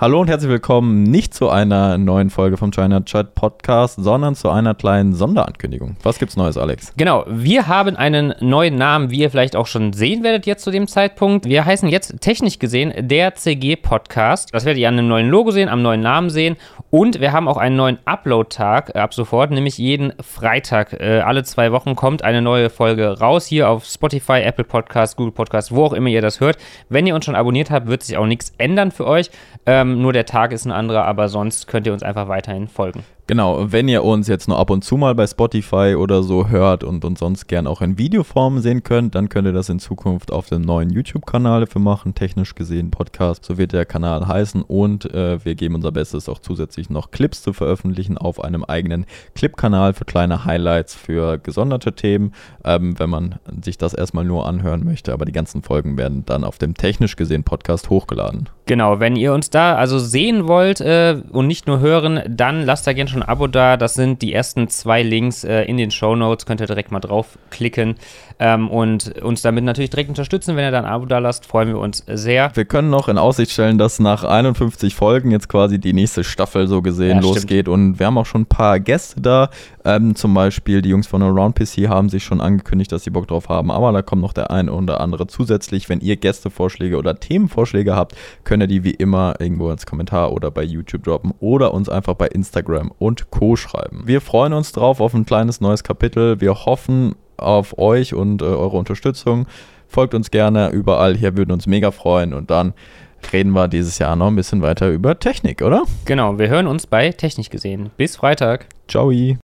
Hallo und herzlich willkommen nicht zu einer neuen Folge vom China Chat Podcast, sondern zu einer kleinen Sonderankündigung. Was gibt's Neues, Alex? Genau, wir haben einen neuen Namen, wie ihr vielleicht auch schon sehen werdet jetzt zu dem Zeitpunkt. Wir heißen jetzt technisch gesehen der CG Podcast. Das werdet ihr an einem neuen Logo sehen, am neuen Namen sehen. Und wir haben auch einen neuen Upload-Tag ab sofort, nämlich jeden Freitag. Alle 2 Wochen kommt eine neue Folge raus, hier auf Spotify, Apple Podcast, Google Podcast, wo auch immer ihr das hört. Wenn ihr uns schon abonniert habt, wird sich auch nichts ändern für euch. Nur der Tag ist ein anderer, aber sonst könnt ihr uns einfach weiterhin folgen. Genau, wenn ihr uns jetzt nur ab und zu mal bei Spotify oder so hört und uns sonst gern auch in Videoform sehen könnt, dann könnt ihr das in Zukunft auf dem neuen YouTube-Kanal dafür machen, technisch gesehen Podcast, so wird der Kanal heißen und wir geben unser Bestes auch zusätzlich noch Clips zu veröffentlichen auf einem eigenen Clip-Kanal für kleine Highlights, für gesonderte Themen, wenn man sich das erstmal nur anhören möchte, aber die ganzen Folgen werden dann auf dem technisch gesehen Podcast hochgeladen. Genau, wenn ihr uns da also sehen wollt und nicht nur hören, dann lasst da gerne schon ein Abo da. Das sind die ersten 2 Links in den Shownotes. Könnt ihr direkt mal draufklicken und uns damit natürlich direkt unterstützen. Wenn ihr da ein Abo da lasst, freuen wir uns sehr. Wir können noch in Aussicht stellen, dass nach 51 Folgen jetzt quasi die nächste Staffel so gesehen losgeht. Und wir haben auch schon ein paar Gäste da. Zum Beispiel die Jungs von Around PC haben sich schon angekündigt, dass sie Bock drauf haben. Aber da kommt noch der ein oder andere zusätzlich. Wenn ihr Gästevorschläge oder Themenvorschläge habt, könnt ihr die wie immer irgendwo ins Kommentar oder bei YouTube droppen oder uns einfach bei Instagram und Co. schreiben. Wir freuen uns drauf auf ein kleines neues Kapitel. Wir hoffen auf euch und eure Unterstützung. Folgt uns gerne überall. Hier würden uns mega freuen. Und dann reden wir dieses Jahr noch ein bisschen weiter über Technik, oder? Genau, wir hören uns bei Technisch gesehen. Bis Freitag. Ciao.